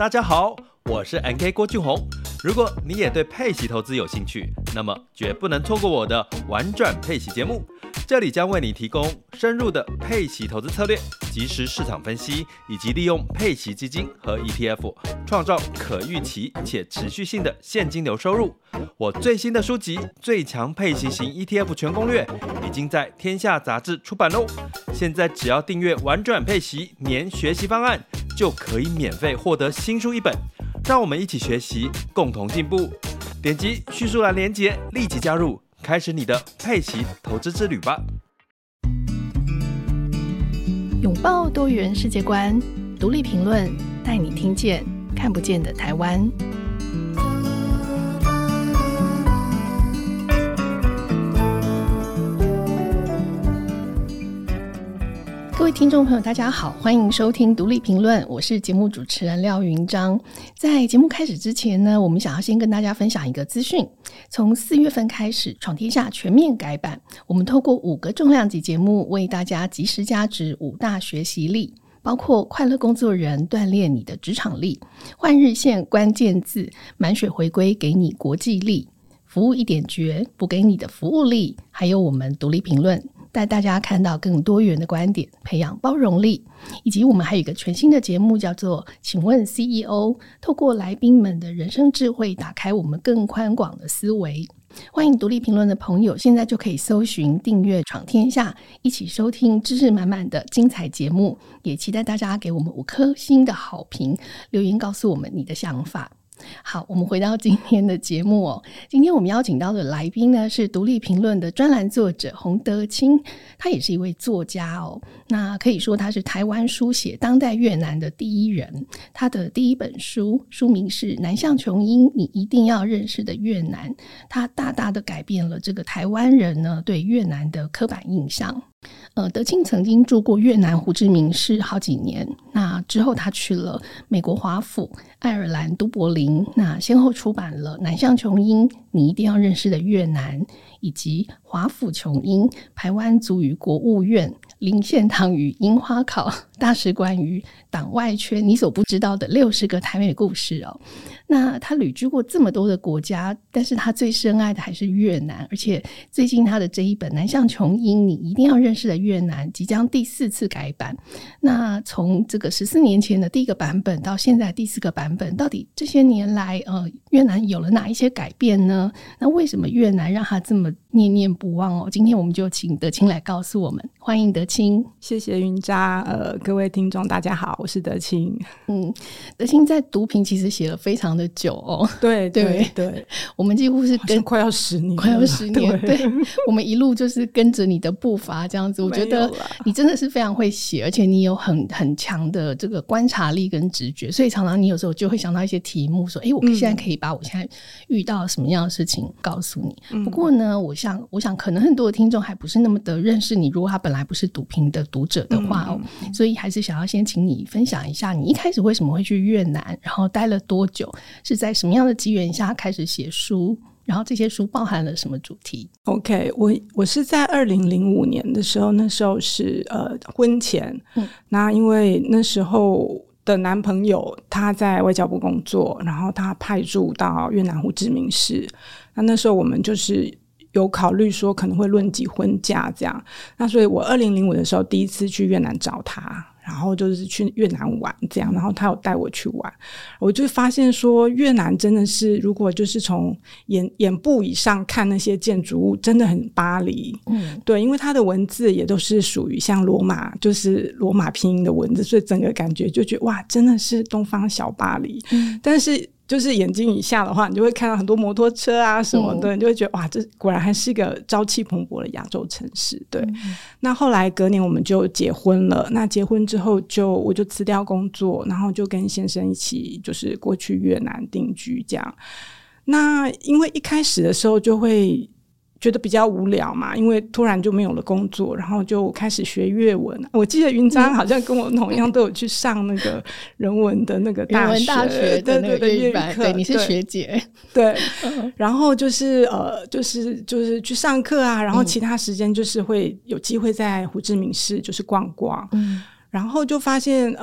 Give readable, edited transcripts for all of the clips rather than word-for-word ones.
大家好，我是 NK 郭俊宏。如果你也对配息投资有兴趣，那么绝不能错过我的玩转配息节目。这里将为你提供深入的配息投资策略、即时市场分析，以及利用配息基金和 ETF 创造可预期且持续性的现金流收入。我最新的书籍《最强配息型 ETF 全攻略》已经在天下杂志出版喽。现在只要订阅玩转配息年学习方案，就可以免费获得新书一本。让我们一起学习，共同进步。点击叙述栏连结，立即加入，开始你的配息投资之旅吧。 拥抱多元世界观，独立评论，带你听见看不见的台湾。各位听众朋友大家好，欢迎收听独立评论，我是节目主持人廖云章。在节目开始之前呢，我们想要先跟大家分享一个资讯。从4月份开始，闯天下全面改版，我们透过5个重量级节目为大家及时加值5大学习力，包括快乐工作人锻炼你的职场力，换日线关键字满血回归给你国际力，服务一点绝补给你的服务力，还有我们独立评论带大家看到更多元的观点，培养包容力，以及我们还有一个全新的节目叫做请问 CEO， 透过来宾们的人生智慧打开我们更宽广的思维。欢迎独立评论的朋友现在就可以搜寻订阅闯天下，一起收听知识满满的精彩节目，也期待大家给我们5颗星的好评，留言告诉我们你的想法。好，我们回到今天的节目哦。今天我们邀请到的来宾呢，是独立评论的专栏作者洪德清，他也是一位作家哦。那可以说他是台湾书写当代越南的第一人。他的第一本书名是《南向琼英：你一定要认识的越南》，他大大的改变了这个台湾人呢对越南的刻板印象。德清曾经住过越南胡志明市好几年，那之后他去了美国华府、爱尔兰都柏林，那先后出版了《南向琼英：你一定要认识的越南》，以及华府琼英：排湾族与国务院、林献堂与樱花考、大使馆与党外圈你所不知道的60个台美故事哦。那他旅居过这么多的国家，但是他最深爱的还是越南，而且最近他的这一本《南向琼英：你一定要认识的越南》即将第4次改版。那从这个14年前的第一个版本到现在第4个版本，到底这些年来越南有了哪一些改变呢？那为什么越南让他这么念念不忘哦？今天我们就请德清来告诉我们。欢迎德清。 谢谢云渣。各位听众大家好，我是德清。 德清在读评其实写了非常的久哦。 对， 我们几乎是快要10年， 对，我们一路就是跟着你的步伐这样子。我觉得你真的是非常会写，而且你有很强的这个观察力跟直觉，所以常常你有时候就会想到一些题目说我现在可以把我现在遇到什么样的事情告诉你。不过呢，我想可能很多的听众还不是那么的认识你，如果他本来不是读评的读者的话所以还是想要先请你分享一下你一开始为什么会去越南，然后待了多久，是在什么样的机缘下开始写书，然后这些书包含了什么主题。 OK， 我是在2005年的时候，那时候是婚前那因为那时候的男朋友他在外交部工作，然后他派驻到越南胡志明市，那时候我们就是有考虑说可能会论及婚嫁这样，那所以我2005的时候第一次去越南找他，然后就是去越南玩这样，然后他有带我去玩，我就发现说越南真的是如果就是从眼部以上看那些建筑物真的很巴黎。对，因为它的文字也都是属于像罗马，就是罗马拼音的文字，所以整个感觉就觉得哇真的是东方小巴黎。但是就是眼睛以下的话，你就会看到很多摩托车啊什么的，你就会觉得哇这果然还是一个朝气蓬勃的亚洲城市。对，那后来隔年我们就结婚了，那结婚之后我就辞掉工作，然后就跟先生一起就是过去越南定居这样。那因为一开始的时候就会觉得比较无聊嘛，因为突然就没有了工作，然后就开始学越文。我记得云章好像跟我同样都有去上那个人文的那个大学的那个粤语班，对，你是学姐。 对，然后就是去上课啊，然后其他时间就是会有机会在胡志明市就是逛逛。然后就发现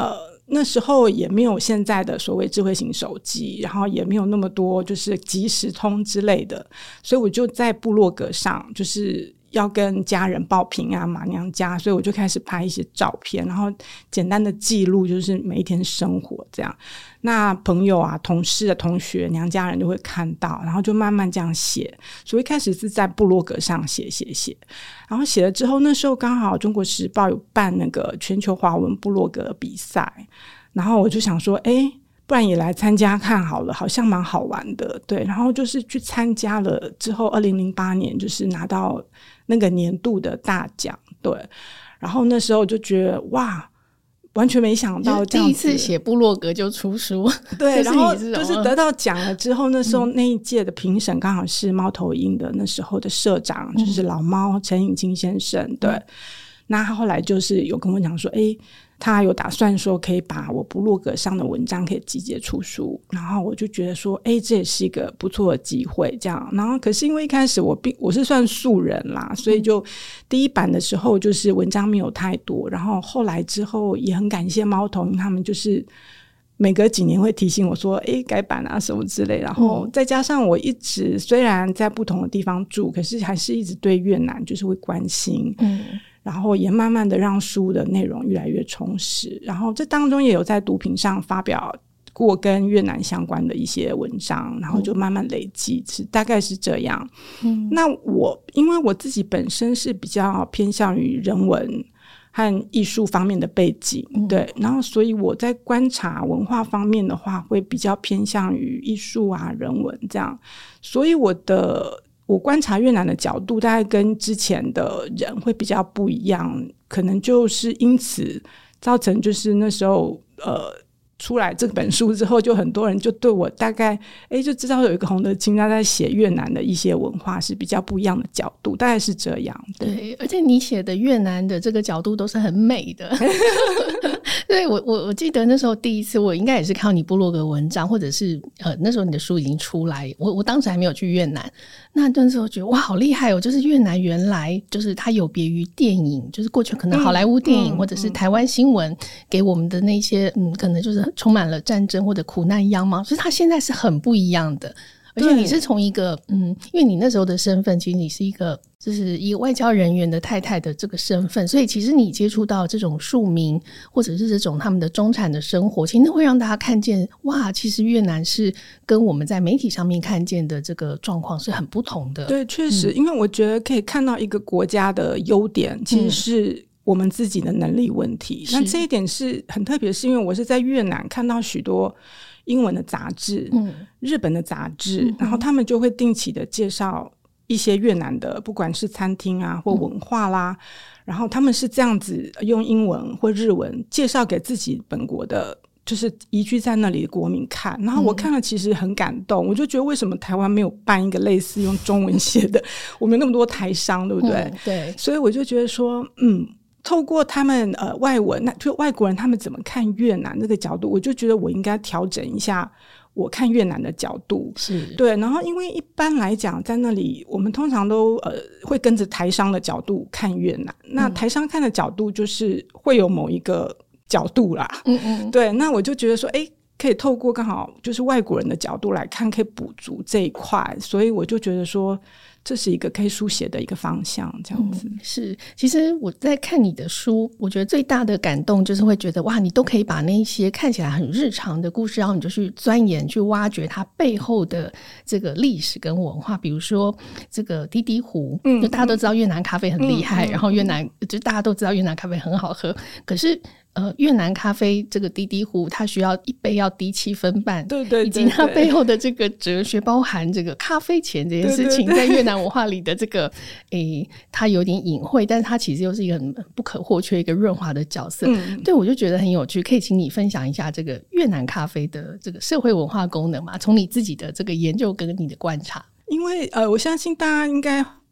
那时候也没有现在的所谓智慧型手机，然后也没有那么多就是即时通之类的，所以我就在部落格上就是要跟家人报平安嘛，娘家，所以我就开始拍一些照片，然后简单的记录就是每一天生活这样。那朋友啊、同事啊、同学、娘家人就会看到，然后就慢慢这样写。所以一开始是在部落格上写，然后写了之后，那时候刚好中国时报有办那个全球华文部落格比赛，然后我就想说不然也来参加看好了，好像蛮好玩的，对。然后就是去参加了之后2008年就是拿到那个年度的大奖，对。然后那时候就觉得哇，完全没想到这样子， 第一次写部落格就出书， 对。然后就是得到奖了之后，那时候那一届的评审刚好是猫头鹰的那时候的社长，就是老猫陈颖清先生，对。那他后来就是有跟我讲说他有打算说可以把我部落格上的文章可以集结出书，然后我就觉得说这也是一个不错的机会这样。然后可是因为一开始我是算素人啦，所以就第一版的时候就是文章没有太多，然后后来之后也很感谢猫头鹰他们就是每隔几年会提醒我说改版啊什么之类，然后再加上我一直虽然在不同的地方住，可是还是一直对越南就是会关心，然后也慢慢的让书的内容越来越充实，然后这当中也有在读评上发表过跟越南相关的一些文章，然后就慢慢累积，大概是这样。那因为我自己本身是比较偏向于人文和艺术方面的背景，对，然后所以我在观察文化方面的话会比较偏向于艺术啊、人文这样，所以我观察越南的角度大概跟之前的人会比较不一样，可能就是因此造成就是那时候出来这本书之后，就很多人就对我大概就知道有一个洪德清他在写越南的一些文化是比较不一样的角度，大概是这样。 对，而且你写的越南的这个角度都是很美的对，我记得那时候第一次我应该也是看到你部落格文章，或者是那时候你的书已经出来，我当时还没有去越南，那时候觉得哇好厉害哦，就是越南原来就是它有别于电影，就是过去可能好莱坞电影或者是台湾新闻给我们的那些可能就是充满了战争或者苦难样貌，所以它现在是很不一样的。而且你是从一个因为你那时候的身份其实你是一个就是一个外交人员的太太的这个身份，所以其实你接触到这种庶民或者是这种他们的中产的生活，其实那会让大家看见哇，其实越南是跟我们在媒体上面看见的这个状况是很不同的。 对，确实因为我觉得可以看到一个国家的优点其实是我们自己的能力问题，那这一点是很特别，是因为我是在越南看到许多英文的杂志日本的杂志然后他们就会定期的介绍一些越南的不管是餐厅啊或文化啦然后他们是这样子用英文或日文介绍给自己本国的就是移居在那里的国民看，然后我看了其实很感动我就觉得为什么台湾没有办一个类似用中文写的我们有那么多台商对不对对， 所以我就觉得说透过他们外文就外国人他们怎么看越南这个角度，我就觉得我应该调整一下我看越南的角度， 是对。然后因为一般来讲在那里我们通常都会跟着台商的角度看越南，那台商看的角度就是会有某一个角度啦对，那我就觉得说可以透过刚好就是外国人的角度来看可以补足这一块，所以我就觉得说这是一个可以书写的一个方向这样子是，其实我在看你的书我觉得最大的感动就是会觉得哇，你都可以把那些看起来很日常的故事然后你就去钻研去挖掘它背后的这个历史跟文化，比如说这个滴滴湖就大家都知道越南咖啡很厉害然后越南就大家都知道越南咖啡很好喝，可是越南咖啡这个滴滴湖它需要一杯要滴7分半， 对对对对， 以及它背后的这个哲学包含这个咖啡钱这件事情，对对对，在越南文化里的这个它有点隐晦，但是它其实又是一个很不可或缺一个润滑的角色对，我就觉得很有趣，可以请你分享一下这个越南咖啡的这个社会文化功能吗？从你自己的这个研究跟你的观察。 因为我相信大家应该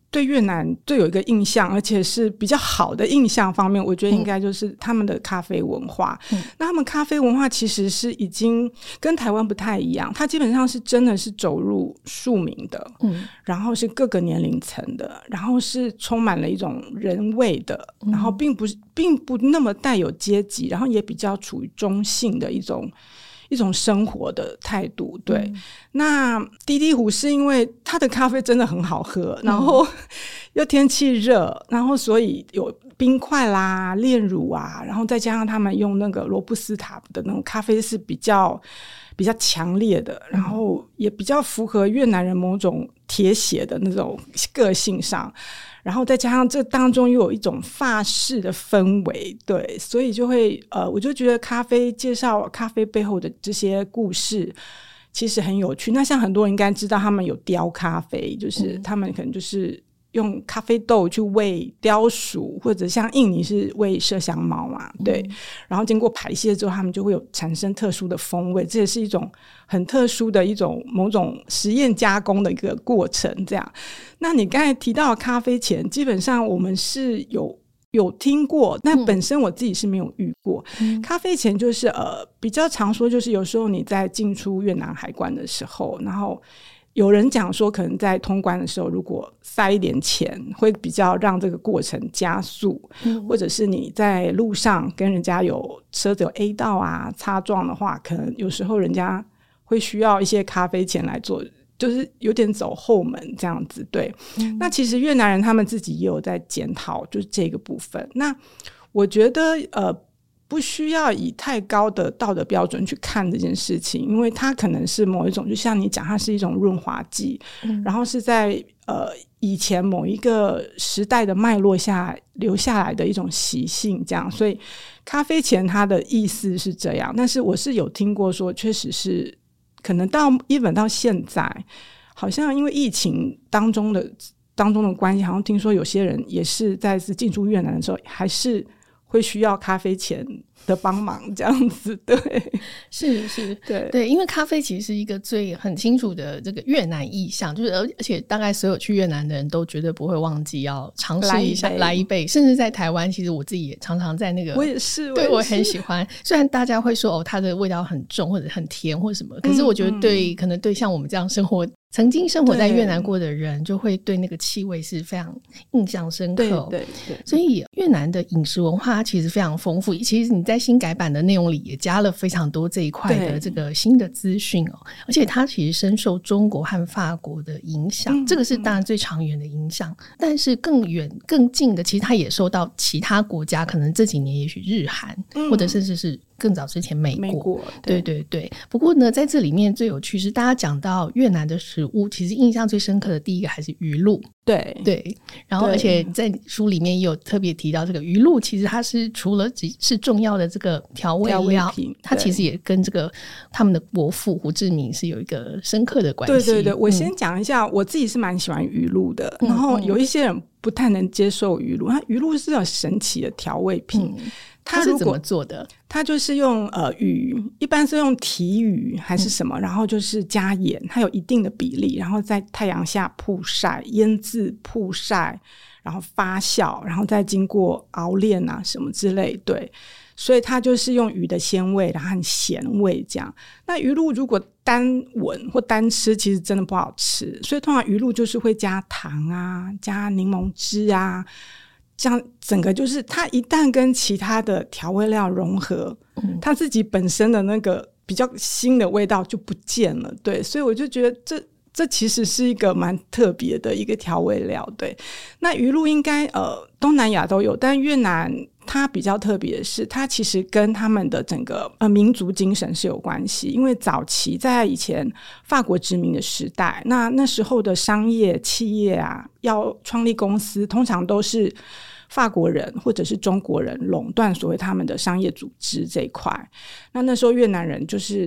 对越南最有一个印象，而且是比较好的印象方面，我觉得应该就是他们的咖啡文化。那他们咖啡文化其实是已经跟台湾不太一样，它基本上是真的是走入庶民的，然后是各个年龄层的，然后是充满了一种人味的，然后并不那么带有阶级，然后也比较处于中性的一种生活的态度。对，那滴滴湖是因为它的咖啡真的很好喝，然后又天气热，然后所以有冰块啦、炼乳啊，然后再加上他们用那个罗布斯塔的那种咖啡是比较强烈的，然后也比较符合越南人某种铁血的那种个性上，然后再加上这当中又有一种法式的氛围。对，所以就会我就觉得介绍咖啡背后的这些故事其实很有趣。那像很多人应该知道他们有雕咖啡，就是他们可能就是用咖啡豆去喂雕鼠，或者像印尼是喂麝香猫嘛，对，然后经过排泄之后他们就会有产生特殊的风味，这也是一种很特殊的一种某种实验加工的一个过程。这样，那你刚才提到的咖啡钱基本上我们是有听过，但本身我自己是没有遇过。咖啡钱就是比较常说，就是有时候你在进出越南海关的时候，然后有人讲说可能在通关的时候如果塞一点钱会比较让这个过程加速，或者是你在路上跟人家车子有 A 到啊擦撞的话，可能有时候人家会需要一些咖啡钱来做，就是有点走后门这样子。对，那其实越南人他们自己也有在检讨就是这个部分。那我觉得不需要以太高的道德标准去看这件事情，因为它可能是某一种，就像你讲它是一种润滑剂，然后是在以前某一个时代的脉络下留下来的一种习性这样。所以咖啡钱它的意思是这样，但是我是有听过说确实是可能even到现在好像因为疫情当中的关系，好像听说有些人也是在进出越南的时候还是会需要咖啡钱的帮忙这样子。对， 是，对，因为咖啡其实是一个很清楚的这个越南意象，就是而且大概所有去越南的人都绝对不会忘记要尝试一下来一杯，甚至在台湾其实我自己也常常在那个， 我也是， 对，我很喜欢。虽然大家会说它的味道很重或者很甜或什么，可是我觉得可能对像我们这样曾经生活在越南过的人就会对那个气味是非常印象深刻。对，所以越南的饮食文化它其实非常丰富，其实你在新改版的内容里也加了非常多这一块的这个新的资讯而且它其实深受中国和法国的影响，这个是当然最长远的影响，但是更远更近的其实它也受到其他国家，可能这几年也许日韩或者甚至是更早之前美国。对。不过呢在这里面最有趣是大家讲到越南的食物，其实印象最深刻的第一个还是鱼露。对，然后而且在书里面也有特别提到这个鱼露其实它是除了是重要的这个调味料，它其实也跟这个他们的国父胡志明是有一个深刻的关系。对， 我先讲一下我自己是蛮喜欢鱼露的，然后有一些人不太能接受鱼露，鱼露是很神奇的调味品。 它是怎么做的？ 它就是用鱼，一般是用提鱼还是什么，然后就是加盐，它有一定的比例，然后在太阳下曝晒、腌制、曝晒，然后发酵，然后再经过熬炼啊什么之类。对，所以它就是用鱼的鲜味然后和咸味这样。那鱼露如果单闻或单吃其实真的不好吃，所以通常鱼露就是会加糖啊，加柠檬汁啊，这样整个就是它一旦跟其他的调味料融合，它自己本身的那个比较新的味道就不见了。对，所以我就觉得这其实是一个蛮特别的一个调味料。对，那鱼露应该东南亚都有，但越南它比较特别的是它其实跟他们的整个民族精神是有关系。因为早期在以前法国殖民的时代，那时候的商业企业啊要创立公司通常都是法国人或者是中国人垄断所谓他们的商业组织这一块。那时候越南人就是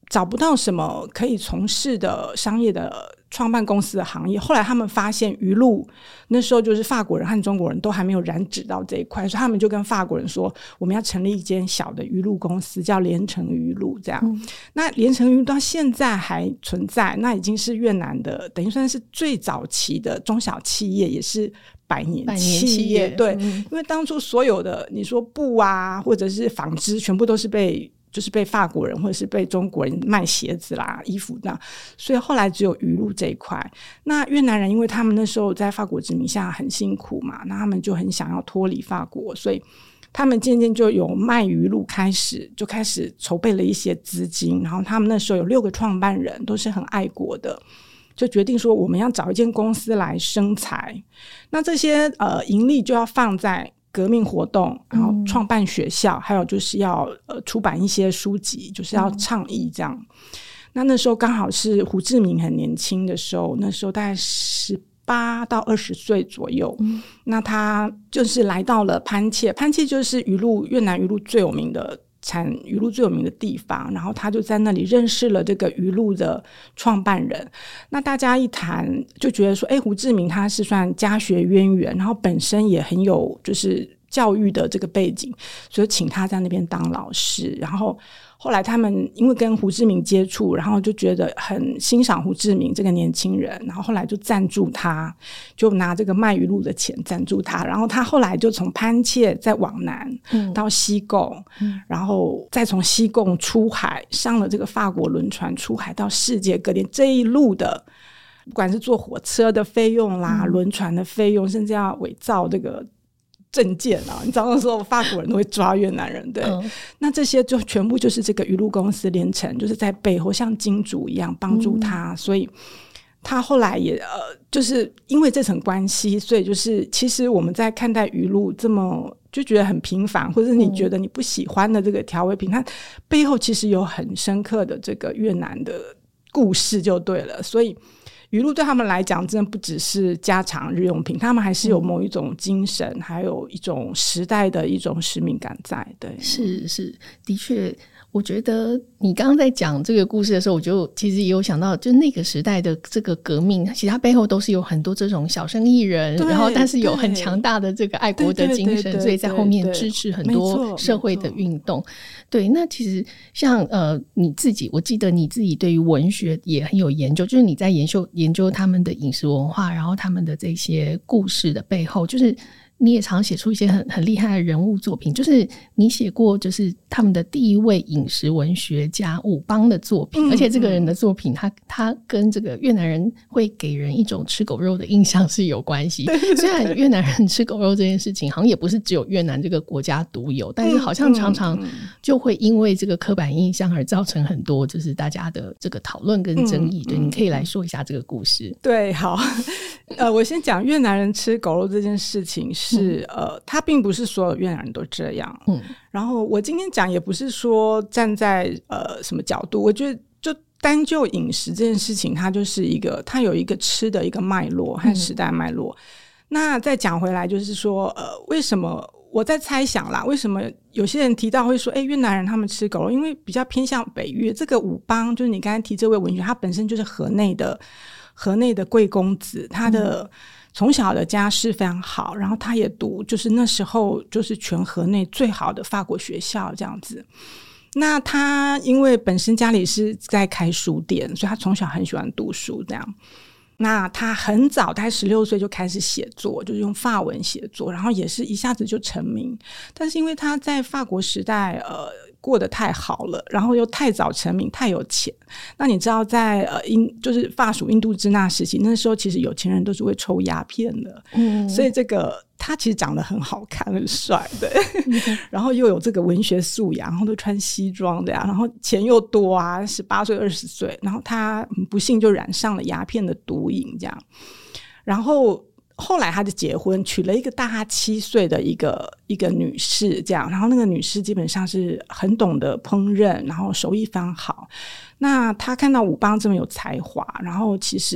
找不到什么可以从事的商业的创办公司的行业。后来他们发现鱼露，那时候就是法国人和中国人都还没有染指到这一块，所以他们就跟法国人说，我们要成立一间小的鱼露公司，叫连城鱼露这样。那连城鱼露到现在还存在，那已经是越南的等于算是最早期的中小企业，也是百年企业。对，因为当初所有的你说布啊或者是纺织全部都是被法国人或者是被中国人卖鞋子啦衣服那，所以后来只有鱼露这一块。那越南人因为他们那时候在法国殖民下很辛苦嘛，那他们就很想要脱离法国，所以他们渐渐就有卖鱼露开始筹备了一些资金，然后他们那时候有6个创办人都是很爱国的，就决定说我们要找一间公司来生财。那这些盈利就要放在革命活动，然后创办学校，还有就是要出版一些书籍，就是要倡议这样。那时候刚好是胡志明很年轻的时候，那时候大概18到20岁左右。那他就是来到了潘切就是越南鱼露最有名的产鱼露最有名的地方，然后他就在那里认识了这个鱼露的创办人。那大家一谈就觉得说，胡志明他是算家学渊源，然后本身也很有就是教育的这个背景，所以请他在那边当老师。然后后来他们因为跟胡志明接触，然后就觉得很欣赏胡志明这个年轻人，然后后来就赞助他，就拿这个卖鱼露的钱赞助他。然后他后来就从潘切再往南到西贡，然后再从西贡出海，上了这个法国轮船出海到世界各地。这一路的不管是坐火车的费用啦，轮船的费用，甚至要伪造这个证件啊，你知道那时候法国人都会抓越南人，对，那这些就全部就是这个鱼露公司连城就是在背后像金主一样帮助他，所以他后来也就是因为这层关系，所以就是其实我们在看待鱼露这么就觉得很平凡，或者是你觉得你不喜欢的这个调味品，它背后其实有很深刻的这个越南的故事就对了。所以鱼露对他们来讲真的不只是家常日用品，他们还是有某一种精神，还有一种时代的一种使命感在。对， 是的确，我觉得你刚刚在讲这个故事的时候，我就其实也有想到，就那个时代的这个革命，其实它背后都是有很多这种小生意人，然后但是有很强大的这个爱国的精神，所以在后面支持很多社会的运动。对，那其实像你自己，我记得你自己对于文学也很有研究，就是你在研究他们的饮食文化，然后他们的这些故事的背后，就是你也常写出一些很厉害的人物作品，就是你写过就是他们的第一位饮食文学家伍邦的作品，而且这个人的作品他跟这个越南人会给人一种吃狗肉的印象是有关系。虽然越南人吃狗肉这件事情好像也不是只有越南这个国家独有，但是好像常常就会因为这个刻板印象而造成很多就是大家的这个讨论跟争议。对，你可以来说一下这个故事。 对，好，我先讲越南人吃狗肉这件事情是他并不是所有越南人都这样。然后我今天讲也不是说站在什么角度，我觉得就单就饮食这件事情，它就是它有一个吃的一个脉络和时代脉络。那再讲回来就是说为什么我在猜想啦，为什么有些人提到会说越南人他们吃狗肉，因为比较偏向北越。这个伍邦就是你刚才提这位文学，他本身就是河内的贵公子，他的从小的家世非常好，然后他也读就是那时候就是全河内最好的法国学校这样子。那他因为本身家里是在开书店，所以他从小很喜欢读书这样。那他很早大概16岁就开始写作，就是用法文写作，然后也是一下子就成名。但是因为他在法国时代过得太好了，然后又太早成名，太有钱。那你知道在就是法属印度支那时期，那时候其实有钱人都是会抽鸦片的。所以这个他其实长得很好看很帅，对。然后又有这个文学素养，然后都穿西装的呀，然后钱又多啊，18岁20岁，然后他不幸就染上了鸦片的毒瘾这样。然后后来他就结婚，娶了一个大他7岁的一个女士这样。然后那个女士基本上是很懂得烹饪，然后手艺非常好。那他看到伍邦这么有才华，然后其实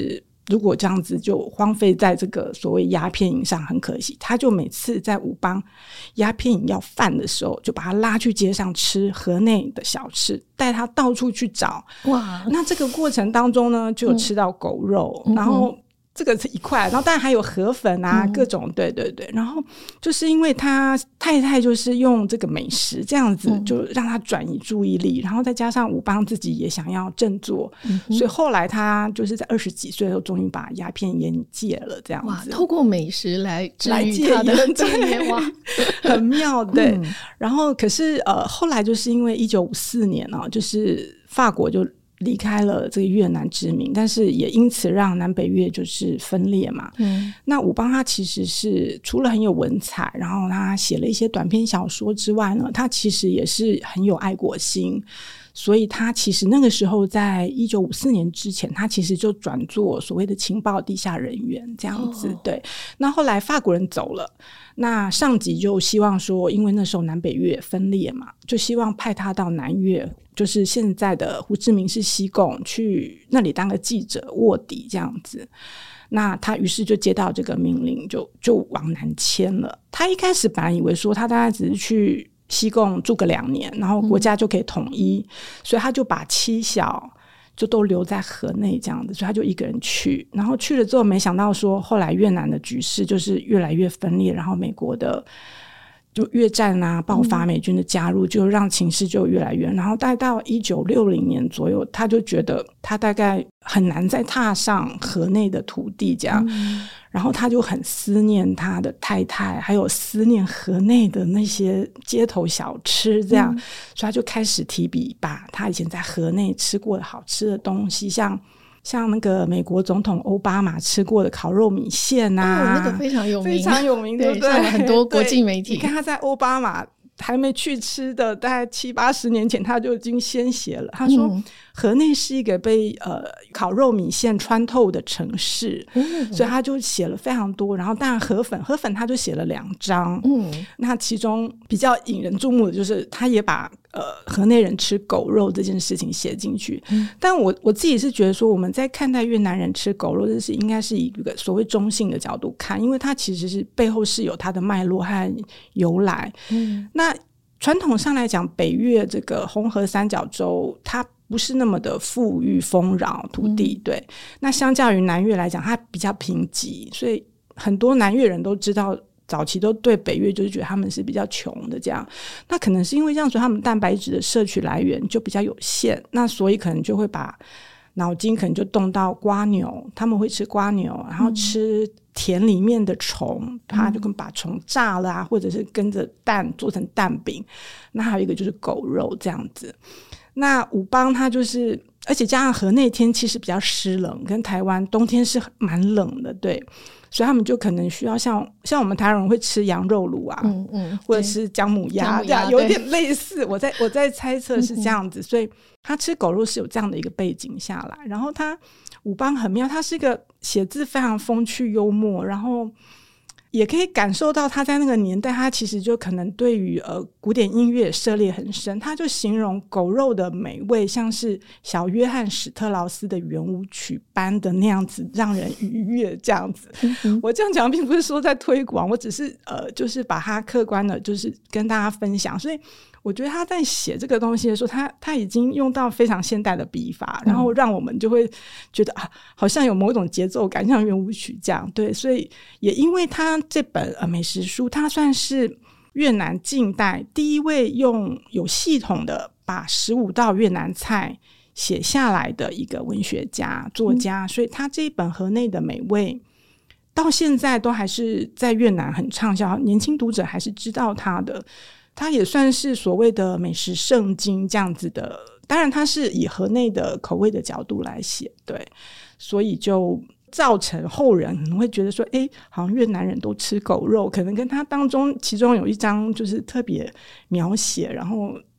如果这样子就荒废在这个所谓鸦片瘾上很可惜，他就每次在武邦鸦片瘾要犯的时候就把他拉去街上吃河内的小吃，带他到处去找。哇！那这个过程当中呢就有吃到狗肉，然后这个是一块，然后当然还有河粉啊，各种，对对对。然后就是因为他太太就是用这个美食这样子就让他转移注意力，然后再加上武邦自己也想要振作，所以后来他就是在20几岁的时候终于把鸦片烟戒了这样子。 哇，透过美食来治愈他的戒烟，哇， 很妙，对。然后可是后来就是因为1954年就是法国就离开了这个越南殖民，但是也因此让南北越就是分裂嘛。那武邦他其实是除了很有文采，然后他写了一些短篇小说之外呢，他其实也是很有爱国心，所以他其实那个时候在1954年之前，他其实就转做所谓的情报地下人员这样子。对，那后来法国人走了，那上级就希望说，因为那时候南北越分裂嘛，就希望派他到南越，就是现在的胡志明市西贡，去那里当个记者卧底这样子。那他于是就接到这个命令，就往南迁了。他一开始本来以为说他大概只是去西贡住个2年，然后国家就可以统一，所以他就把妻小就都留在河内这样子，所以他就一个人去。然后去了之后没想到说后来越南的局势就是越来越分裂，然后美国的就越战啊爆发，美军的加入就让情势就越来越，然后大概到1960年左右，他就觉得他大概很难再踏上河内的土地这样，然后他就很思念他的太太，还有思念河内的那些街头小吃这样，所以他就开始提笔把他以前在河内吃过的好吃的东西，像那个美国总统奥巴马吃过的烤肉米线啊， 那个非常有名， 非常有名，对不对？ 上了很多国际媒体。 你看他在奥巴马还没去吃的大概70-80年前他就已经先写了，他说河内是一个被烤肉米线穿透的城市，所以他就写了非常多。然后当然河粉他就写了2章，那其中比较引人注目的就是他也把河内人吃狗肉这件事情写进去。但我自己是觉得说，我们在看待越南人吃狗肉这事应该是以一个所谓中性的角度看，因为它其实是背后是有它的脉络和由来。那传统上来讲，北越这个红河三角洲它不是那么的富裕丰饶土地，对。那相较于南越来讲，它比较贫瘠，所以很多南越人都知道，早期都对北越就是觉得他们是比较穷的这样。那可能是因为这样，所以他们蛋白质的摄取来源就比较有限，那所以可能就会把脑筋可能就动到蝸牛，他们会吃蝸牛，然后吃田里面的虫，他就跟把虫炸了啊，或者是跟着蛋做成蛋饼。那还有一个就是狗肉这样子。那武邦它就是而且加上河内天气是比较湿冷，跟台湾冬天是蛮冷的，对，所以他们就可能需要像我们台湾人会吃羊肉卤啊，或者是姜母鸭，这样有点类似。我在猜测是这样子，所以他吃狗肉是有这样的一个背景下来。然后他武邦很妙，他是一个写字非常风趣幽默，然后也可以感受到他在那个年代，他其实就可能对于古典音乐涉猎很深。他就形容狗肉的美味像是小约翰史特劳斯的圆舞曲般的那样子，让人愉悦这样子。我这样讲并不是说在推广，我只是就是把它客观的就是跟大家分享。所以我觉得他在写这个东西的时候，他已经用到非常现代的笔法，然后让我们就会觉得好像有某种节奏感，像圆舞曲这样。对，所以也因为他这本美食书，他算是越南近代第一位用有系统的把15道越南菜写下来的一个文学家作家，所以他这一本河内的美味到现在都还是在越南很畅销，年轻读者还是知道他的。他也算是所谓的美食圣经这样子的，当然他是以河内的口味的角度来写，对，所以就造成后人可能会觉得说，好像越南人都吃狗肉，可能跟他当中其中有一章就是特别描写，然后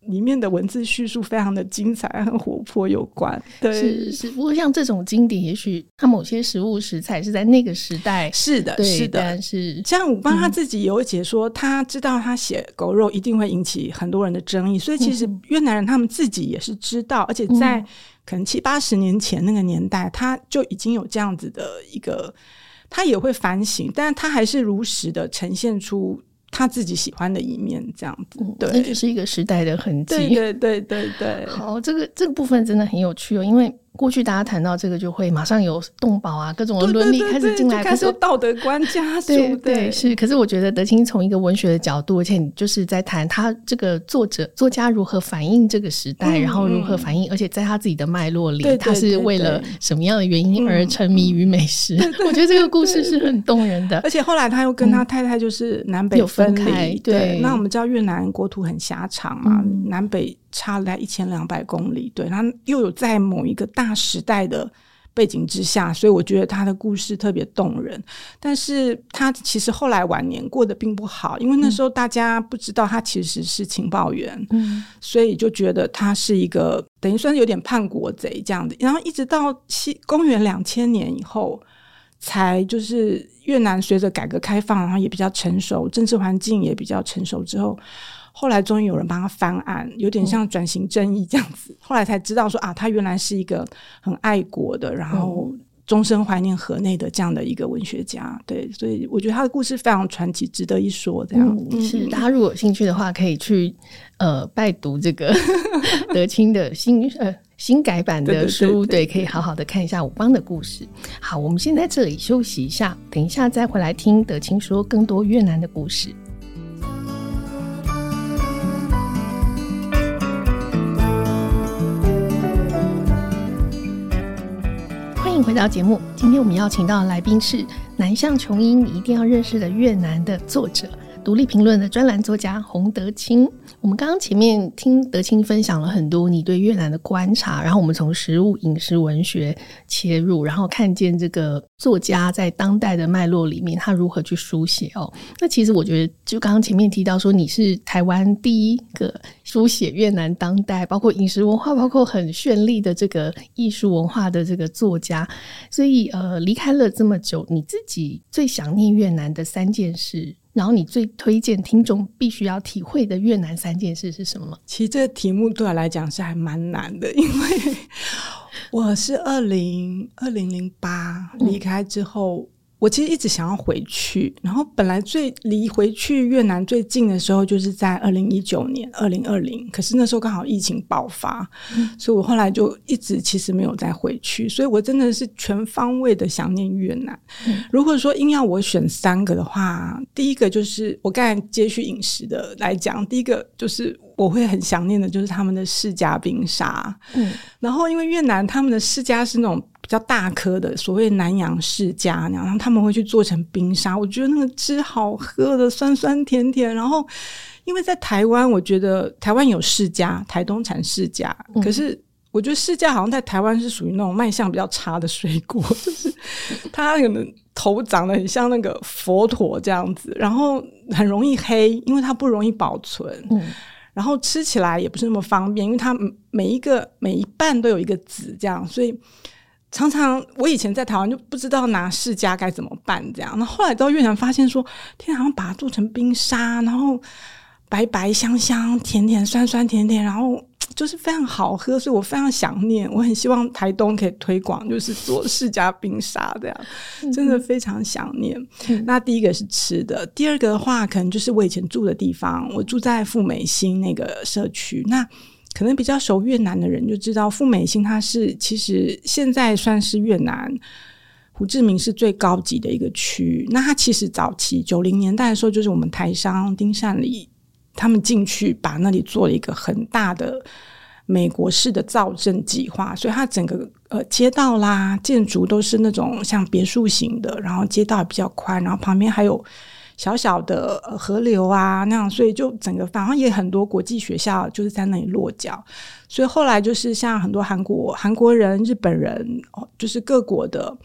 里面的文字叙述非常的精彩和活泼有关。对， 是。不过像这种经典，也许它某些食物食材是在那个时代， 是的，是的。 但是像伍邦他自己有解说，他知道他写狗肉一定会引起很多人的争议，所以其实越南人他们自己也是知道，而且在可能70-80年前那个年代，他就已经有这样子的一个，他也会反省，但是他还是如实的呈现出他自己喜欢的一面，这样子。对， 那就是一个时代的痕迹。 对。 好，这个部分真的很有趣哦，因为过去大家谈到这个就会马上有动保啊，各种的伦理开始进来， 开始有道德观加注。 对，是。可是我觉得德清从一个文学的角度，而且你就是在谈他这个作家如何反映这个时代，然后如何反映，而且在他自己的脉络里，他是为了什么样的原因而沉迷于美食。我觉得这个故事是很动人的。 而且后来他又跟他太太就是南北分离。对，那我们知道越南国土很狭长嘛，南北差了大概1200公里。对，他又有在某一个大时代的背景之下，所以我觉得他的故事特别动人。但是他其实后来晚年过得并不好，因为那时候大家不知道他其实是情报员，所以就觉得他是一个等于算是有点叛国贼这样子。然后一直到公元2000年以后，才就是越南随着改革开放，然后也比较成熟，政治环境也比较成熟之后，后来终于有人帮他翻案，有点像转型正义这样子。后来才知道说他原来是一个很爱国的，然后终身怀念河内的这样的一个文学家。对，所以我觉得他的故事非常传奇，值得一说这样。 是，大家如果有兴趣的话可以去拜读这个德清的新改版的书。对，可以好好的看一下伍邦的故事。好，我们先在这里休息一下，等一下再回来听德清说更多越南的故事。欢迎回到节目，今天我们邀请到的来宾是南向琼英你一定要认识的越南的作者，独立评论的专栏作家洪德清。我们刚刚前面听德清分享了很多你对越南的观察，然后我们从食物、饮食、文学切入，然后看见这个作家在当代的脉络里面他如何去书写哦。那其实我觉得就刚刚前面提到说你是台湾第一个书写越南当代包括饮食文化包括很绚丽的这个艺术文化的这个作家，所以离开了这么久，你自己最想念越南的3件事，然后你最推荐听众必须要体会的越南3件事是什么？ 其实这个题目对我来讲是还蛮难的，因为我是2008离开之后，我其实一直想要回去，然后本来离回去越南最近的时候就是在2019年2020，可是那时候刚好疫情爆发，所以我后来就一直其实没有再回去，所以我真的是全方位的想念越南。如果说硬要我选3个的话，第一个就是我刚才接续饮食的来讲，第一个就是我会很想念的就是他们的释迦冰沙。然后因为越南他们的释迦是那种比较大颗的所谓南洋释迦，然后他们会去做成冰沙，我觉得那个汁好喝的，酸酸甜甜。然后因为在台湾，我觉得台湾有释迦，台东产释迦，可是我觉得释迦好像在台湾是属于那种卖相比较差的水果，就是它可能头长得很像那个佛陀这样子，然后很容易黑，因为它不容易保存。然后吃起来也不是那么方便，因为它每一瓣都有一个籽这样，所以常常我以前在台湾就不知道拿释迦该怎么办这样，那后来到越南发现说天啊，好像把它做成冰沙，然后白白香香甜甜酸酸甜甜，然后就是非常好喝，所以我非常想念，我很希望台东可以推广就是做释迦冰沙这样，真的非常想念。那第一个是吃的，第二个的话可能就是我以前住的地方，我住在富美兴那个社区，那可能比较熟越南的人就知道富美兴它是其实现在算是越南胡志明市最高级的一个区，那它其实早期90年代的时候就是我们台商丁善里他们进去把那里做了一个很大的美国式的造镇计划，所以它整个街道啦建筑都是那种像别墅型的，然后街道也比较宽，然后旁边还有小小的河流啊那样，所以就整个反正也很多国际学校就是在那里落脚，所以后来就是像很多韩国人日本人就是各国的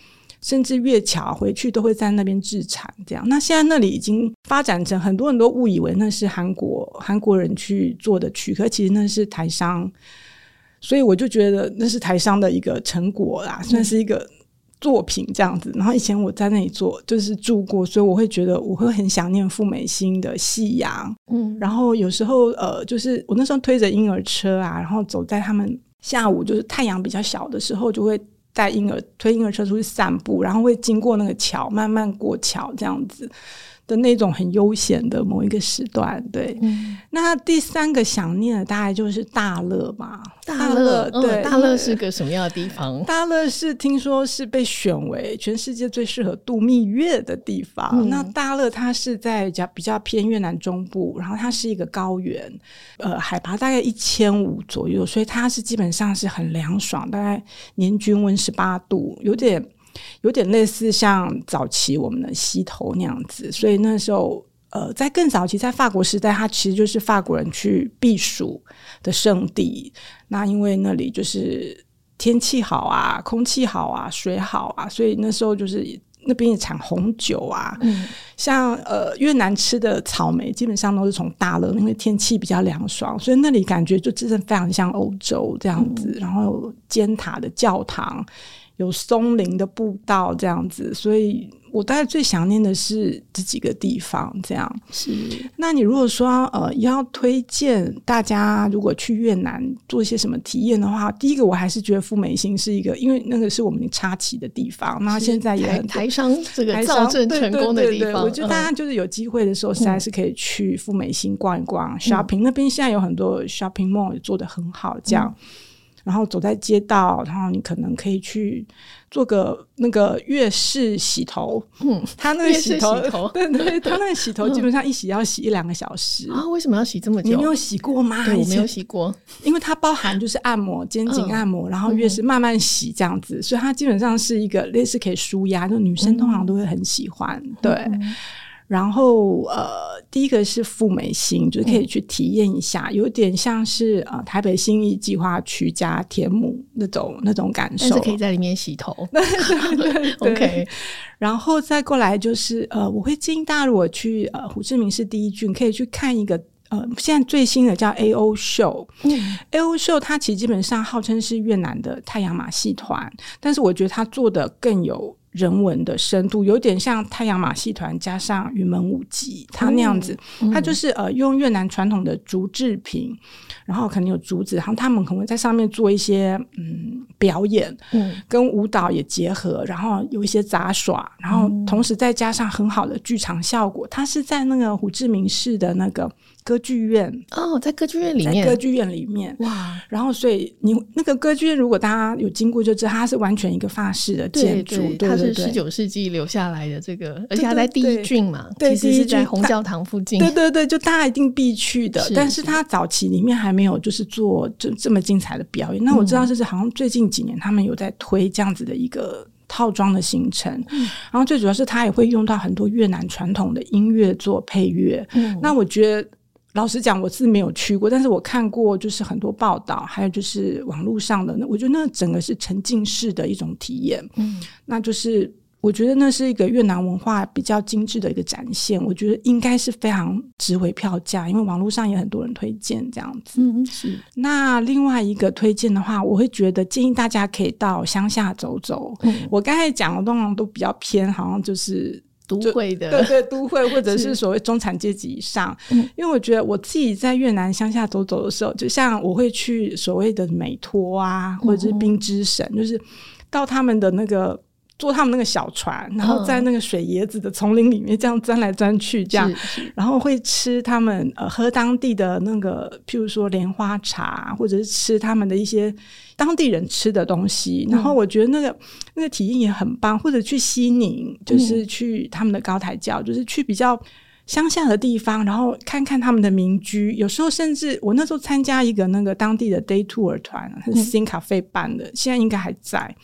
甚至越侨回去都会在那边置产这样。那现在那里已经发展成很多人都误以为那是韩国人去做的区，可其实那是台商，所以我就觉得那是台商的一个成果啦，算是一个作品这样子。然后以前我在那里做就是住过，所以我会觉得我会很想念富美兴的夕阳。然后有时候就是我那时候推着婴儿车啊，然后走在他们下午就是太阳比较小的时候，就会带推婴儿车出去散步，然后会经过那个桥，慢慢过桥这样子的那种很悠闲的某一个时段。对，那第三个想念的大概就是大乐吧。 大乐， 对， 大乐是个什么样的地方？ 大乐是听说是被选为全世界最适合度蜜月的地方。那大乐它是在比较偏越南中部，然后它是一个高原，海拔大概1500左右，所以它是基本上是很凉爽，大概年均温18度，有点类似像早期我们的溪头那样子。所以那时候在更早期在法国时代，它其实就是法国人去避暑的圣地。那因为那里就是天气好啊，空气好啊，水好啊，所以那时候就是那边也产红酒啊。像越南吃的草莓基本上都是从大乐，因为天气比较凉爽，所以那里感觉就真的非常像欧洲这样子。然后有尖塔的教堂，有松林的步道这样子，所以我大概最想念的是这几个地方这样。 是， 那你如果说要推荐大家如果去越南做一些什么体验的话，第一个我还是觉得富美兴是一个，因为那个是我们插旗的地方，那现在也很台商这个造镇成功的地方。 对，我觉得大家就是有机会的时候实在是可以去富美兴逛一逛shopping。那边现在有很多 shopping mall 也做得很好这样。然后走在街道，然后你可能可以去做个那个越式洗头。他那个洗头，对，他那个洗头基本上一洗要洗1-2个小时啊！为什么要洗这么久？ 你没有洗过吗？ 对，我没有洗过， 因为它包含就是按摩、肩颈按摩，然后越是慢慢洗这样子，所以它基本上是一个类似可以舒压，就女生通常都会很喜欢。对。然后第一个是富美兴，就是可以去体验一下，有点像是台北信义计划区加天母那种感受， 但是可以在里面洗头。 对 OK。 然后再过来就是我会建议大家如果去胡志明市第一郡，可以去看一个现在最新的叫 AO Show。AO Show 它其实基本上号称是越南的太阳马戏团，但是我觉得它做的更有人文的深度，有点像太阳马戏团加上云门舞集，它那样子。它就是用越南传统的竹制品，然后可能有竹子，然后他们可能会在上面做一些表演，跟舞蹈也结合，然后有一些杂耍，然后同时再加上很好的剧场效果。它是在那个胡志明市的那个歌剧院。 在歌剧院里面， 在歌剧院里面。哇！然后所以你那个歌剧院如果大家有经过就知道，它是完全一个法式的建筑。 对，它是19世纪留下来的这个，而且它在第一郡嘛，其实是在红教堂附近。 对，就大家一定必去的。但是它早期里面还没有就是做这么精彩的表演。那我知道是好像最近几年他们有在推这样子的一个套装的行程。然后最主要是它也会用到很多越南传统的音乐做配乐。那我觉得老实讲我是没有去过，但是我看过就是很多报道，还有就是网络上的，我觉得那整个是沉浸式的一种体验。那就是我觉得那是一个越南文化比较精致的一个展现，我觉得应该是非常值回票价，因为网络上也很多人推荐这样子。 是。那另外一个推荐的话，我会觉得建议大家可以到乡下走走。我刚才讲的通常都比较偏好像就是都会的， 对，都会或者是所谓中产阶级以上。因为我觉得我自己在越南乡下走走的时候，就像我会去所谓的美托啊，或者是冰之省，就是到他们的那个坐他们那个小船，然后在那个水椰子的丛林里面这样钻来钻去这样，然后会吃他们喝当地的那个譬如说莲花茶，或者是吃他们的一些当地人吃的东西。然后我觉得那个体验也很棒。或者去西宁，就是去他们的高台教，就是去比较乡下的地方，然后看看他们的民居。有时候甚至我那时候参加一个那个当地的 day tour 团，是新咖啡办的，现在应该还在。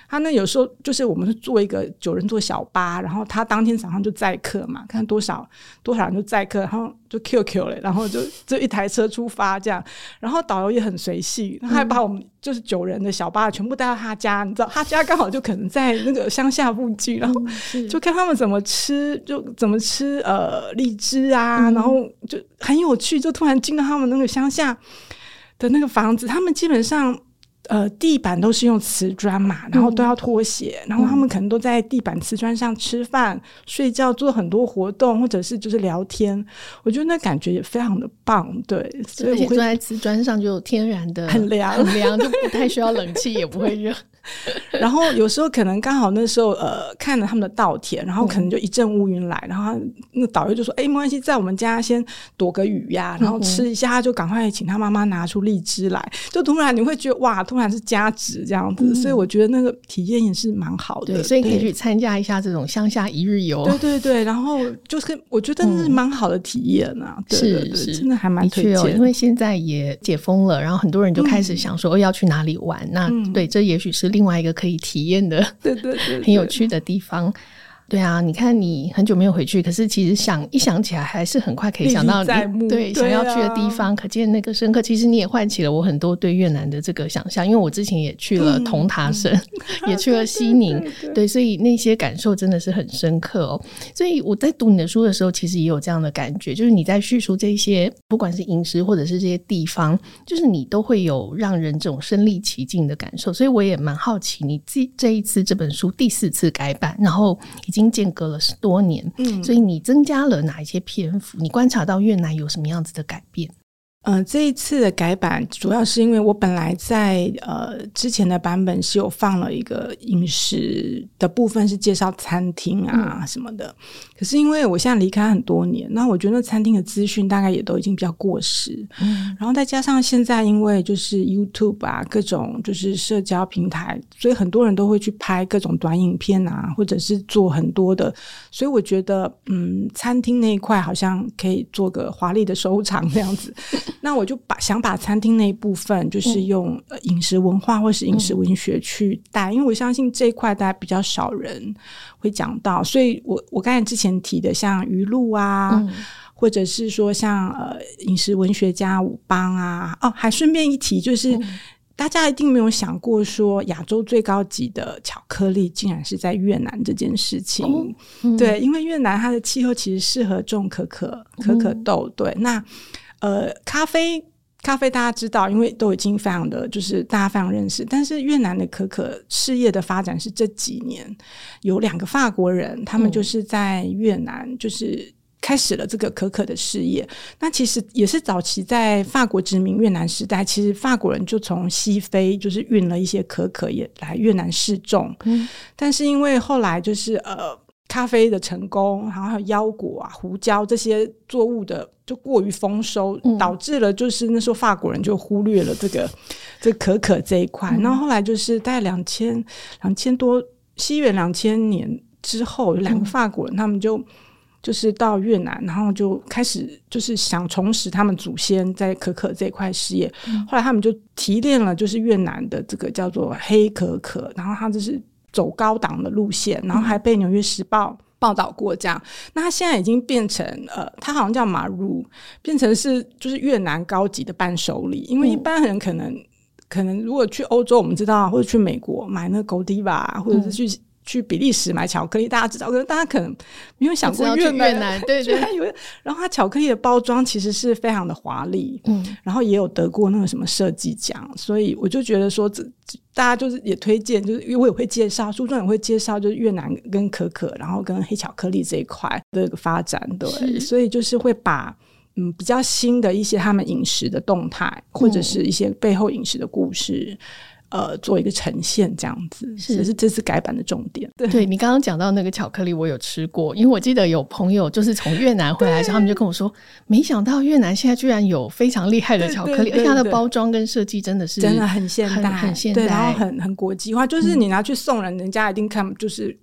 他那有时候就是我们是坐一个9人座小巴，然后他当天早上就载客嘛，看多少人就载客，然后就 QQ 了，然后就一台车出发这样，然后导游也很随性，他还把我们就是9人的小巴全部带到他家，你知道他家刚好就可能在那个乡下附近，然后就看他们怎么吃荔枝啊，然后就很有趣，就突然进到他们那个乡下的那个房子，他们基本上地板都是用瓷砖嘛，然后都要脱鞋，然后他们可能都在地板瓷砖上吃饭、睡觉、做很多活动，或者是就是聊天。我觉得那感觉也非常的棒，对，所以而且坐在瓷砖上就天然的很凉， 就不太需要冷气，也不会热。 然后有时候可能刚好那时候看了他们的稻田，然后可能就一阵乌云来，然后那导游就说没关系，在我们家先躲个雨呀，然后吃一下，他就赶快请他妈妈拿出荔枝来，就突然你会觉得哇，突然是加值这样子，所以我觉得那个体验也是蛮好的。 对，所以可以去参加一下这种乡下一日游。 对，然后就是我觉得那是蛮好的体验啊，对，真的还蛮推荐因为现在也解封了，然后很多人就开始想说要去哪里玩，那对，这也许是另外一个可以体验的对很有趣的地方。对啊，你看你很久没有回去，可是其实一想起来还是很快可以想到你对想要去的地方，可见那个深刻。其实你也唤起了我很多对越南的这个想象，因为我之前也去了同塔省也去了西宁对，所以那些感受真的是很深刻哦。所以我在读你的书的时候其实也有这样的感觉，就是你在叙述这些不管是饮食或者是这些地方，就是你都会有让人这种身临其境的感受。所以我也蛮好奇你这一次这本书第4次改版，然后已经间隔了10多年，所以你增加了哪一些篇幅？你观察到越南有什么样子的改变？ 这一次的改版主要是因为我本来在之前的版本是有放了一个饮食的部分，是介绍餐厅啊什么的，可是因为我现在离开很多年，那我觉得餐厅的资讯大概也都已经比较过时，然后再加上现在因为就是 YouTube 啊各种就是社交平台，所以很多人都会去拍各种短影片啊，或者是做很多的，所以我觉得餐厅那一块好像可以做个华丽的收场这样子那我就想把餐厅那一部分就是用饮食文化或是饮食文学去带，因为我相信这一块大家比较少人会讲到，所以我刚才之前提的像鱼露啊或者是说像饮食文学家伍邦啊，还顺便一提就是大家一定没有想过说亚洲最高级的巧克力竟然是在越南这件事情对，因为越南它的气候其实适合种可可豆对，那咖啡大家知道，因为都已经非常的就是大家非常认识，但是越南的可可事业的发展是这几年有2个法国人，他们就是在越南就是开始了这个可可的事业。那其实也是早期在法国殖民越南时代，其实法国人就从西非就是运了一些可可也来越南试种但是因为后来就是咖啡的成功，然后还有腰果啊胡椒这些作物的就过于丰收导致了就是那时候法国人就忽略了这可可这一块然后后来就是大概2000多西元2000年之后有2个法国人他们就是到越南，然后就开始就是想重拾他们祖先在可可这一块事业后来他们就提炼了就是越南的这个叫做黑可可，然后他就是走高档的路线，然后还被纽约时报报道过这样。那他现在已经变成他好像叫马入，变成是就是越南高级的伴手礼，因为一般人可能如果去欧洲我们知道，或者去美国买那个 Godiva 或者是去比利时买巧克力大家知道，可是大家可能没有想过越南对然后它巧克力的包装其实是非常的华丽然后也有得过那个什么设计奖，所以我就觉得说大家就是也推荐，就是因为我也会介绍书中也会介绍就是越南跟可可然后跟黑巧克力这一块的发展对，所以就是会把比较新的一些他们饮食的动态或者是一些背后饮食的故事做一个呈现这样子，这是这次改版的重点。 对，你刚刚讲到那个巧克力我有吃过，因为我记得有朋友就是从越南回来的时候他们就跟我说没想到越南现在居然有非常厉害的巧克力，而且它的包装跟设计真的很现代， 对，然后很国际化，就是你拿去送人，人家一定看就是会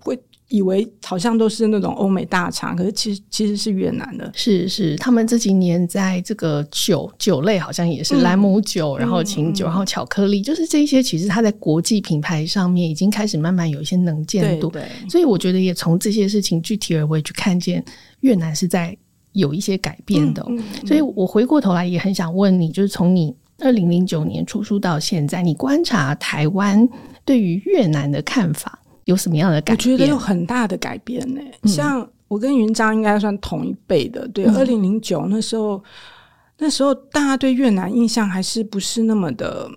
以为好像都是那种欧美大厂，可是其实是越南的。 是他们这几年在这个酒类好像也是兰姆酒，然后琴酒，然后巧克力，就是这些其实它在国际品牌上面已经开始慢慢有一些能见度。 对， 所以我觉得也从这些事情具体而为去看见越南是在有一些改变的。所以我回过头来也很想问你，就是从你2009年出书到现在，你观察台湾对于越南的看法有什么样的改变？ 我觉得有很大的改变呢。像我跟云章应该算同一辈的，对，2009那时候大家对越南印象还是不是那么的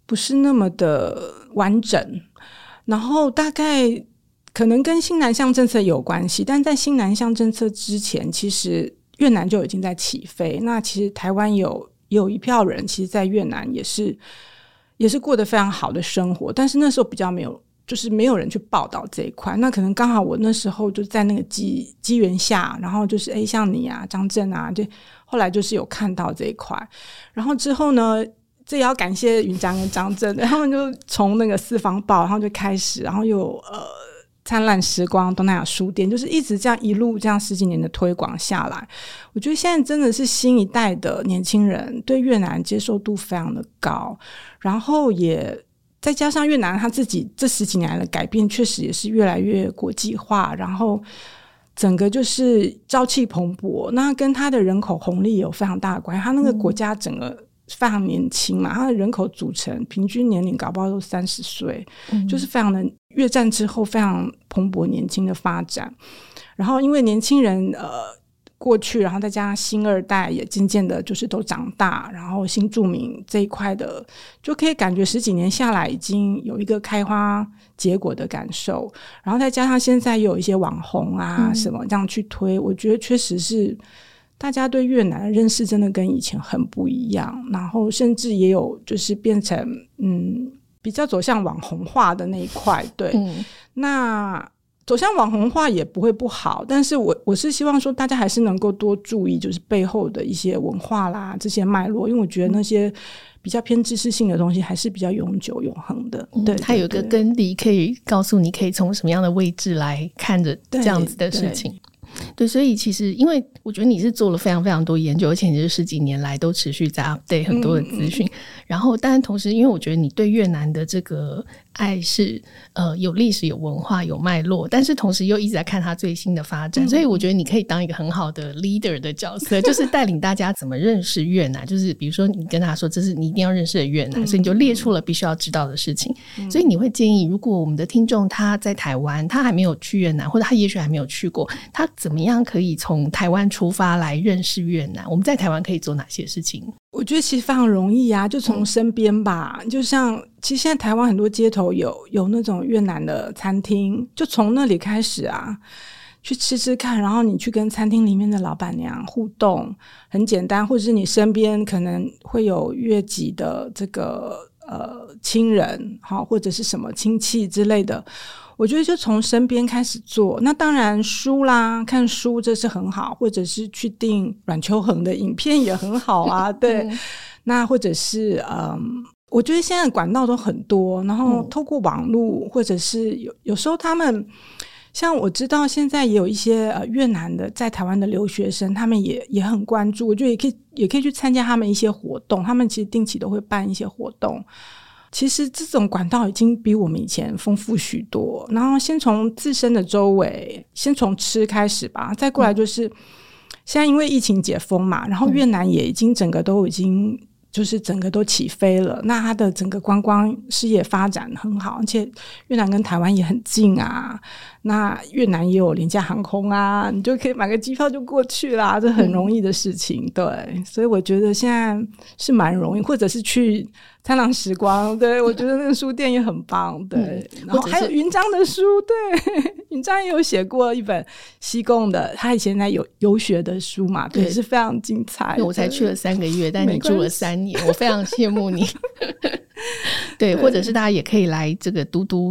完整，然后大概可能跟新南向政策有关系，但在新南向政策之前，其实越南就已经在起飞。那其实台湾有一票人，其实在越南也是过得非常好的生活，但是那时候比较没有人去报道这一块。那可能刚好我那时候就在那个机缘下，然后就是像你啊张正啊，就后来就是有看到这一块。然后之后呢，这也要感谢云章跟张正，他们就从那个四方报然后就开始，然后有灿烂时光东南亚书店，就是一直这样一路这样10几年的推广下来，我觉得现在真的是新一代的年轻人对越南接受度非常的高，然后也再加上越南他自己这10几年来的改变，确实也是越来越国际化，然后整个就是朝气蓬勃。那跟他的人口红利有非常大的关系，他那个国家整个非常年轻嘛，他的人口组成平均年龄搞不好都30岁，就是非常的越战之后非常蓬勃年轻的发展。然后因为年轻人过去，然后再加上新二代也渐渐的就是都长大，然后新住民这一块的就可以感觉10几年下来已经有一个开花结果的感受。然后再加上现在有一些网红啊什么这样去推，我觉得确实是大家对越南的认识真的跟以前很不一样，然后甚至也有就是变成比较走向网红化的那一块。对，那走向网红化也不会不好，但是我是希望说大家还是能够多注意就是背后的一些文化啦这些脉络，因为我觉得那些比较偏知识性的东西还是比较永久永恒的。对， 它有一个根底可以告诉你可以从什么样的位置来看着这样子的事情。对，所以其实因为我觉得你是做了非常非常多研究，而且你是10几年来都持续在 update 很多的资讯，然后但同时因为我觉得你对越南的这个爱是有历史有文化有脉络，但是同时又一直在看它最新的发展，所以我觉得你可以当一个很好的 leader 的角色，就是带领大家怎么认识越南，就是比如说你跟他说这是你一定要认识的越南，所以你就列出了必须要知道的事情。所以你会建议如果我们的听众他在台湾他还没有去越南，或者他也许还没有去过，他怎么样可以从台湾出发来认识越南？我们在台湾可以做哪些事情？ 我觉得其实非常容易啊，就从身边吧，就像其实现在台湾很多街头有那种越南的餐厅，就从那里开始啊，去吃吃看，然后你去跟餐厅里面的老板娘互动，很简单，或者是你身边可能会有越籍的这个亲人或者是什么亲戚之类的，我觉得就从身边开始做。那当然书啦，看书这是很好，或者是去订阮秋恒的影片也很好啊。对，那或者是我觉得现在管道都很多，然后透过网络，或者是有时候他们像我知道现在也有一些越南的在台湾的留学生，他们也很关注，我觉得也可以去参加他们一些活动，他们其实定期都会办一些活动。其实这种管道已经比我们以前丰富许多，然后先从自身的周围，先从吃开始吧，再过来就是现在因为疫情解封嘛，然后越南也已经整个都已经就是整个都起飞了，那它的整个观光事业发展很好，而且越南跟台湾也很近啊，那越南也有廉价航空啊，你就可以买个机票就过去啦，这很容易的事情。对，所以我觉得现在是蛮容易，或者是去灿烂时光，对，我觉得那个书店也很棒。对，然后还有云章的书，对，云章也有写过一本西贡的他以前在游学的书嘛，对，是非常精彩。 我才去了3个月，但你住了3年，我非常羡慕你。对，或者是大家也可以来这个读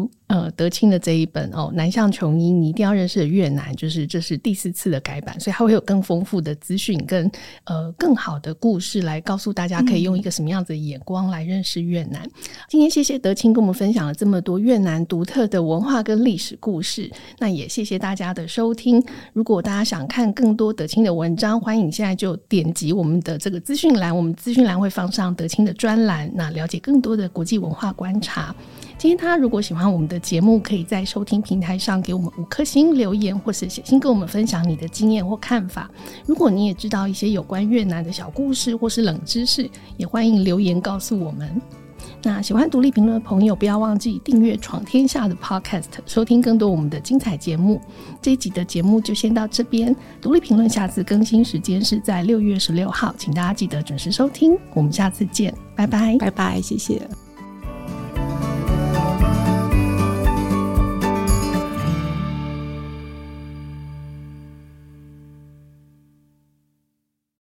德清的这一本南向琼英你一定要认识的越南，就是这是第4次的改版，所以它会有更丰富的资讯跟更好的故事来告诉大家可以用一个什么样子的眼光来认识越南。今天谢谢德清跟我们分享了这么多越南独特的文化跟历史故事，那也谢谢大家的收听。如果大家想看更多德清的文章，欢迎现在就点击我们的这个资讯栏，我们资讯栏会放上德清的专栏，那了解更多的国际文化观察。今天大家如果喜欢我们的节目，可以在收听平台上给我们5颗星留言，或是写信跟我们分享你的经验或看法。如果你也知道一些有关越南的小故事或是冷知识，也欢迎留言告诉我们。那喜欢独立评论的朋友不要忘记订阅闯天下的 Podcast， 收听更多我们的精彩节目。这一集的节目就先到这边，独立评论下次更新时间是在6月16号，请大家记得准时收听，我们下次见，拜拜。 拜拜，谢谢。